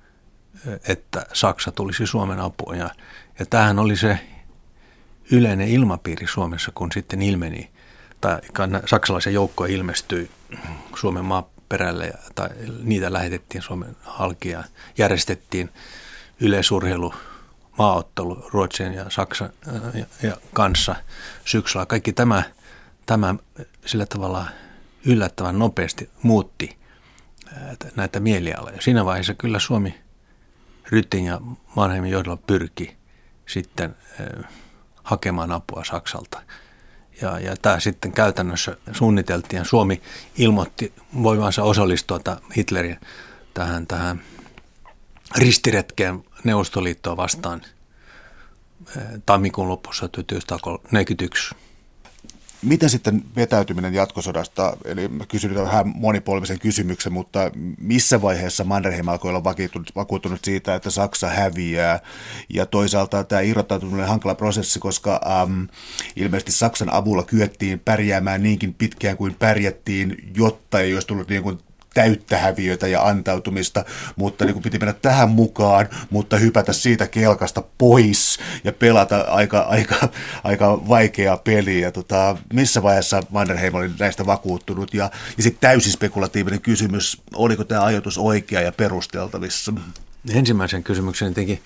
[SPEAKER 2] että Saksa tulisi Suomen apuun. Ja tämähän oli se yleinen ilmapiiri Suomessa, kun sitten ilmeni, tai saksalaisen joukkoja ilmestyi Suomen maaperälle, tai niitä lähetettiin Suomen halki ja järjestettiin yleisurheilu, maaottelu Ruotsin ja Saksan ja kanssa syksyllä. Kaikki tämä sillä tavalla yllättävän nopeasti muutti näitä mielialoja. Siinä vaiheessa kyllä Suomi Rytin ja Mannerheimin johdolla pyrki sitten hakemaan apua Saksalta. Ja tämä sitten käytännössä suunniteltiin ja Suomi ilmoitti voivansa osallistua Hitlerin tähän ristiretkeen Neuvostoliittoa vastaan tammikuun lopussa 1941.
[SPEAKER 1] Miten sitten vetäytyminen jatkosodasta, eli mä kysyn vähän monipolvisen kysymyksen, mutta missä vaiheessa Mannerheim alkoi olla vakuuttunut siitä, että Saksa häviää, ja toisaalta tämä irrottautuminen on hankala prosessi, koska ilmeisesti Saksan avulla kyettiin pärjäämään niinkin pitkään kuin pärjättiin, jotta ei olisi tullut niin kuin täyttä häviötä ja antautumista, mutta niin kuin piti mennä tähän mukaan, mutta hypätä siitä kelkasta pois ja pelata aika vaikeaa peliä. Missä vaiheessa Mannerheim oli näistä vakuuttunut? Ja sitten täysin spekulatiivinen kysymys, oliko tämä ajatus oikea ja perusteltavissa?
[SPEAKER 2] Ensimmäisen kysymyksen tietenkin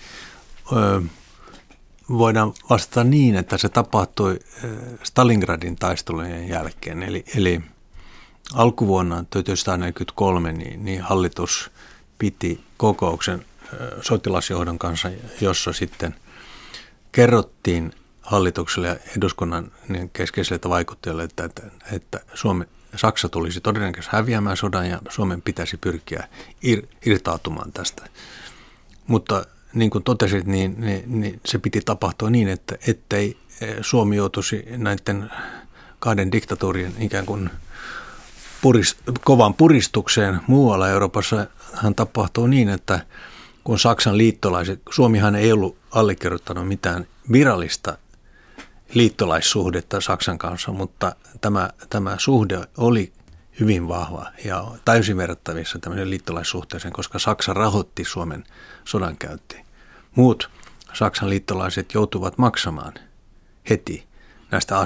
[SPEAKER 2] voidaan vastata niin, että se tapahtui Stalingradin taistelujen jälkeen, eli alkuvuonna 1943 niin hallitus piti kokouksen sotilasjohdon kanssa, jossa sitten kerrottiin hallitukselle ja eduskunnan keskeisille vaikuttajille, että Saksa tulisi todennäköisesti häviämään sodan ja Suomen pitäisi pyrkiä irtautumaan tästä. Mutta niin kuin totesit, niin se piti tapahtua niin, että ettei Suomi joutuisi näiden kahden diktatuurien ikään kuin kovan puristukseen. Muualla Euroopassa hän tapahtuu niin, että kun Saksan liittolaiset, Suomihan ei ollut allekirjoittanut mitään virallista liittolaissuhdetta Saksan kanssa, mutta tämä suhde oli hyvin vahva ja täysin verrattavissa tämmöisen liittolaissuhteeseen, koska Saksa rahoitti Suomen sodankäyntiin. Muut Saksan liittolaiset joutuvat maksamaan heti näistä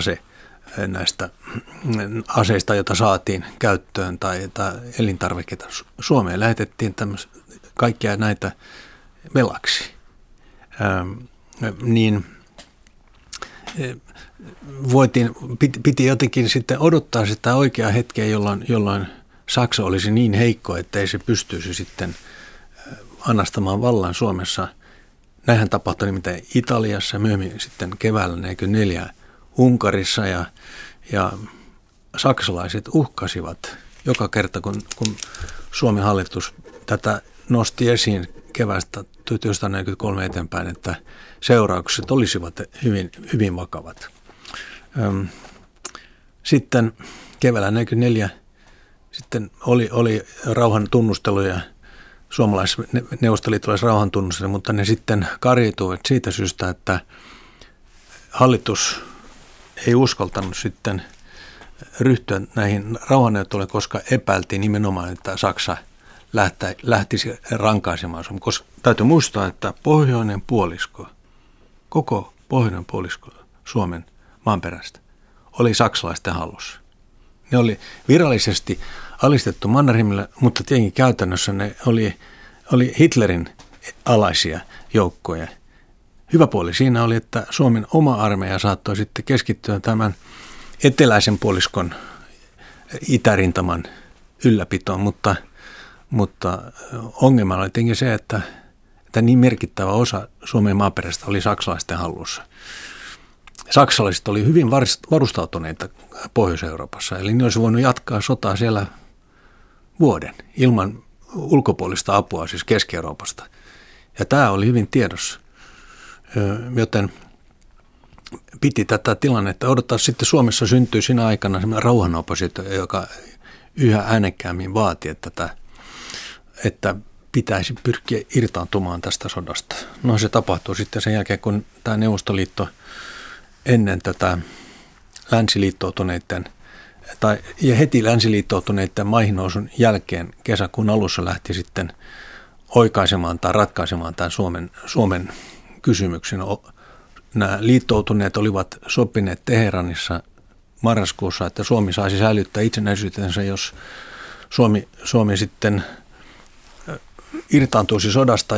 [SPEAKER 2] aseista, joita saatiin käyttöön tai elintarvikkeita. Suomeen lähetettiin kaikkia näitä velaksi. Piti jotenkin sitten odottaa sitä oikeaa hetkeä, jolloin Saksa olisi niin heikko, että ei se pystyisi sitten anastamaan vallan Suomessa. Näinhän tapahtui nimittäin Italiassa ja myöhemmin sitten keväällä 1944 Unkarissa ja saksalaiset uhkasivat joka kerta, kun Suomen hallitus tätä nosti esiin keväästä 1943 eteenpäin, että seuraukset olisivat hyvin, hyvin vakavat. Sitten keväällä 1944 sitten oli rauhan tunnusteluja, suomalais-neuvostoliittolais rauhan tunnustelu, mutta ne sitten kariutuivat siitä syystä, että hallitus ei uskaltanut sitten ryhtyä näihin rauhanneuvotteluihin, koska epäiltiin nimenomaan, että Saksa lähtisi rankaisemaan Suomen. Koska täytyy muistaa, että pohjoinen puolisko, koko pohjoinen puolisko Suomen maanperästä oli saksalaisten hallussa. Ne oli virallisesti alistettu Mannerheimille, mutta tietenkin käytännössä ne oli Hitlerin alaisia joukkoja. Hyvä puoli siinä oli, että Suomen oma armeija saattoi sitten keskittyä tämän eteläisen puoliskon itärintaman ylläpitoon, mutta ongelma oli tietenkin se, että niin merkittävä osa Suomen maaperästä oli saksalaisten hallussa. Saksalaiset oli hyvin varustautuneita Pohjois-Euroopassa, eli ne olisi voinut jatkaa sotaa siellä vuoden ilman ulkopuolista apua, siis Keski-Euroopasta. Ja tämä oli hyvin tiedossa, joten piti tätä tilannetta odottaa. Sitten Suomessa syntyi siinä aikana sellainen rauhanoppositio, joka yhä äänekkäämmin vaati, että pitäisi pyrkiä irtaantumaan tästä sodasta. No se tapahtui sitten sen jälkeen, kun tämä Neuvostoliitto ennen tätä länsiliittoutuneiden ja heti länsiliittoutuneiden maihin nousun jälkeen kesäkuun alussa lähti sitten oikaisemaan tai ratkaisemaan tämän Suomen kysymyksen. Nämä liittoutuneet olivat sopineet Teheranissa marraskuussa, että Suomi saisi säilyttää itsenäisyytensä, jos Suomi sitten irtaantuisi sodasta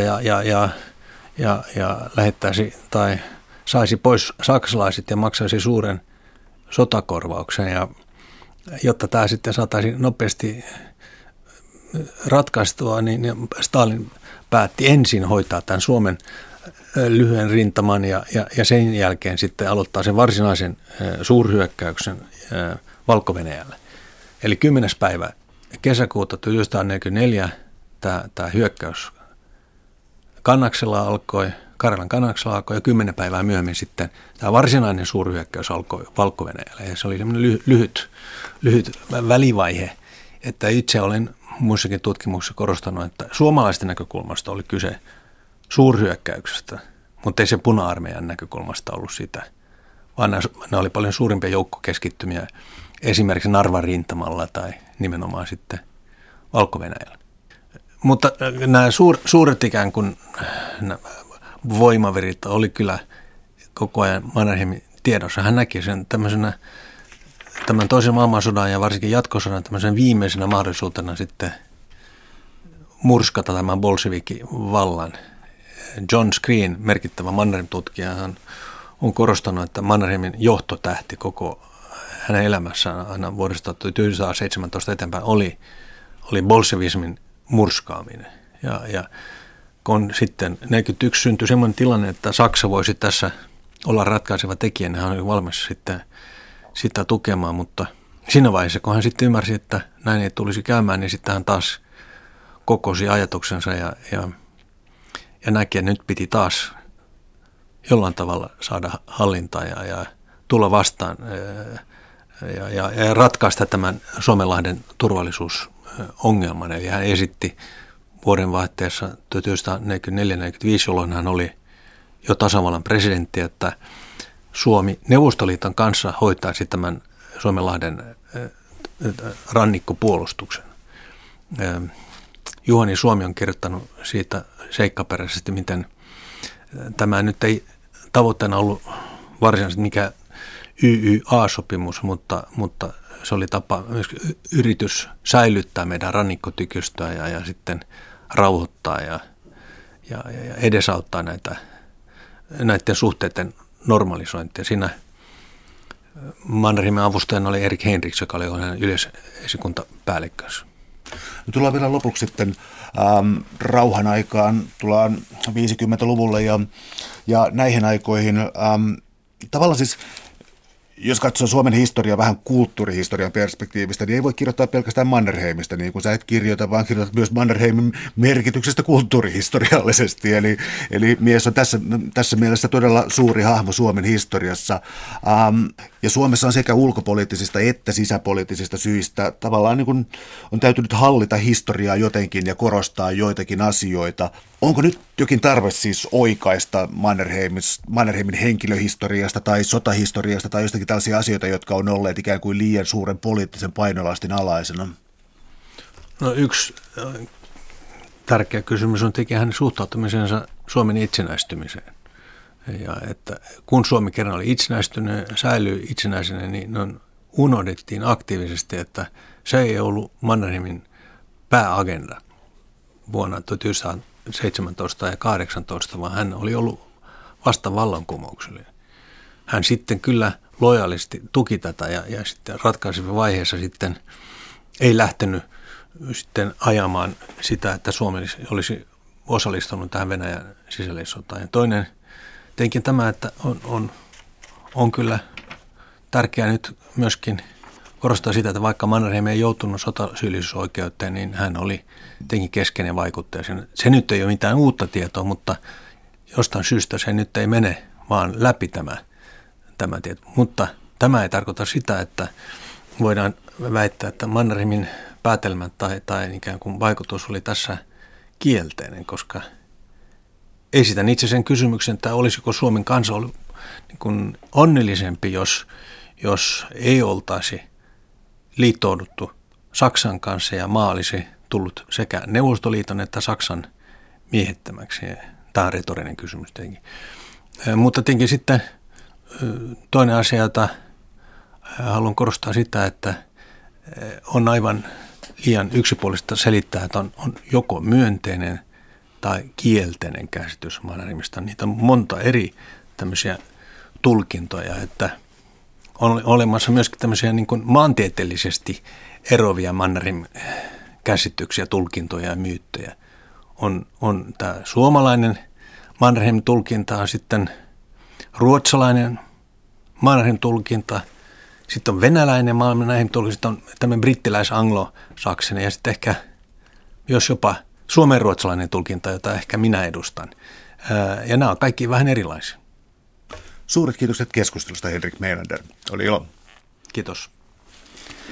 [SPEAKER 2] ja lähettäisi tai saisi pois saksalaiset ja maksaisi suuren sotakorvauksen. Ja jotta tämä sitten saataisiin nopeasti ratkaistua, niin Stalin päätti ensin hoitaa tämän Suomen lyhyen rintaman ja sen jälkeen sitten aloittaa sen varsinaisen suurhyökkäyksen Valko-Venäjälle. Eli 10. päivä kesäkuuta 1944 tämä hyökkäys Karjalan Kannaksella alkoi ja 10 päivää myöhemmin sitten tämä varsinainen suurhyökkäys alkoi Valko-Venäjälle. Ja se oli semmoinen lyhyt välivaihe, että itse olen muissakin tutkimuksissa korostanut, että suomalaisten näkökulmasta oli kyse suurhyökkäyksestä, mutta ei se puna-armeijan näkökulmasta ollut sitä, vaan ne oli paljon suurimpia joukkokeskittymiä esimerkiksi Narvan rintamalla tai nimenomaan sitten Valko-Venäjällä. Mutta nämä suuret ikään kuin voimaverit oli kyllä koko ajan Mannerheimin tiedossa. Hän näki sen tämän toisen maailmansodan ja varsinkin jatkosodan tämmöisen viimeisenä mahdollisuutena sitten murskata tämän bolshevikin vallan. John Screen, merkittävä Mannerheim-tutkija, hän on korostanut, että Mannerheimin johtotähti koko hänen elämässään aina vuodesta 1917 eteenpäin oli bolshevismin murskaaminen. Ja kun sitten 1941 syntyi sellainen tilanne, että Saksa voisi tässä olla ratkaiseva tekijä, niin hän oli valmis sitten sitä tukemaan, mutta siinä vaiheessa, kun hän sitten ymmärsi, että näin ei tulisi käymään, niin sitten hän taas kokosi ajatuksensa ja näki, että nyt piti taas jollain tavalla saada hallintaa ja tulla vastaan ja ratkaista tämän Suomenlahden turvallisuusongelman. Eli hän esitti vuodenvaihteessa 1944-1945, jolloin hän oli jo tasavallan presidentti, että Suomi Neuvostoliiton kanssa hoitaisi tämän Suomenlahden rannikkopuolustuksen. Juhani Suomi on kirjoittanut siitä seikkaperäisesti, miten tämä nyt ei tavoitteena ollut varsinaisesti mikä YYA-sopimus, mutta se oli tapa myös yritys säilyttää meidän rannikkotykystöä ja sitten rauhoittaa ja edesauttaa näiden suhteiden normalisointia. Siinä Mannerheimin avustajana oli Erik Heinrichs, joka oli hänen yleisesikuntapäällikkönsä.
[SPEAKER 1] No, tullaan vielä lopuksi sitten rauhan aikaan, tullaan 50-luvulle ja näihin aikoihin. Tavallaan siis, jos katsoo Suomen historiaa vähän kulttuurihistorian perspektiivistä, niin ei voi kirjoittaa pelkästään Mannerheimista, niin kuin sä et kirjoita, vaan kirjoitat myös Mannerheimin merkityksestä kulttuurihistoriallisesti. Eli mies on tässä mielessä todella suuri hahmo Suomen historiassa. Ja Suomessa on sekä ulkopoliittisista että sisäpoliittisista syistä tavallaan niin kuin on täytynyt hallita historiaa jotenkin ja korostaa joitakin asioita. Onko nyt jokin tarve siis oikaista Mannerheimin henkilöhistoriasta tai sotahistoriasta tai jostakin tällaisia asioita, jotka on olleet ikään kuin liian suuren poliittisen painolastin alaisena?
[SPEAKER 2] No yksi tärkeä kysymys on tietenkin hänen suhtautumisensa Suomen itsenäistymiseen. Ja että kun Suomi kerran oli itsenäistynyt, säilyi itsenäisenä, niin unohdettiin aktiivisesti, että se ei ollut Mannerheimin pääagenda vuonna 1917 ja 18, vaan hän oli ollut vasta vallankumouksellinen. Hän sitten kyllä lojaalisti tuki tätä ja sitten ratkaisevassa vaiheessa sitten ei lähtenyt sitten ajamaan sitä, että Suomi olisi osallistunut tähän Venäjän sisällissotaan. Ja toinen tietenkin tämä, että on kyllä tärkeää nyt myöskin korostaa sitä, että vaikka Mannerheim ei joutunut sotasyyllisyysoikeuteen, niin hän oli tietenkin keskeinen vaikuttaja. Se nyt ei ole mitään uutta tietoa, mutta jostain syystä se nyt ei mene vaan läpi tämä tieto. Mutta tämä ei tarkoita sitä, että voidaan väittää, että Mannerheimin päätelmät tai ikään kuin vaikutus oli tässä kielteinen, koska esitän itse sen kysymyksen, että olisiko Suomen kansa ollut niin kuin onnellisempi, jos ei oltaisi liittouduttu Saksan kanssa ja maa olisi tullut sekä Neuvostoliiton että Saksan miehittämäksi. Tämä on retorinen kysymys tietenkin. Mutta tietenkin sitten toinen asia, jota haluan korostaa sitä, että on aivan liian yksipuolista selittää, että on joko myönteinen tai kielteinen käsitys Mannerheimista. Niitä on monta eri tämmöisiä tulkintoja, että on olemassa myöskin tämmöisiä niin kuin maantieteellisesti eroavia Mannerheim-käsityksiä, tulkintoja ja myyttejä. On tämä suomalainen Mannerheim-tulkinta, on sitten ruotsalainen Mannerheim-tulkinta, sitten on venäläinen Mannerheim-tulkinta, sitten on tämmöinen brittiläis-anglo-saksinen ja sitten ehkä jos jopa suomen-ruotsalainen tulkinta, jota ehkä minä edustan. Ja nämä on kaikki vähän erilaisia.
[SPEAKER 1] Suuret kiitokset keskustelusta, Henrik Melander. Oli ilo.
[SPEAKER 2] Kiitos.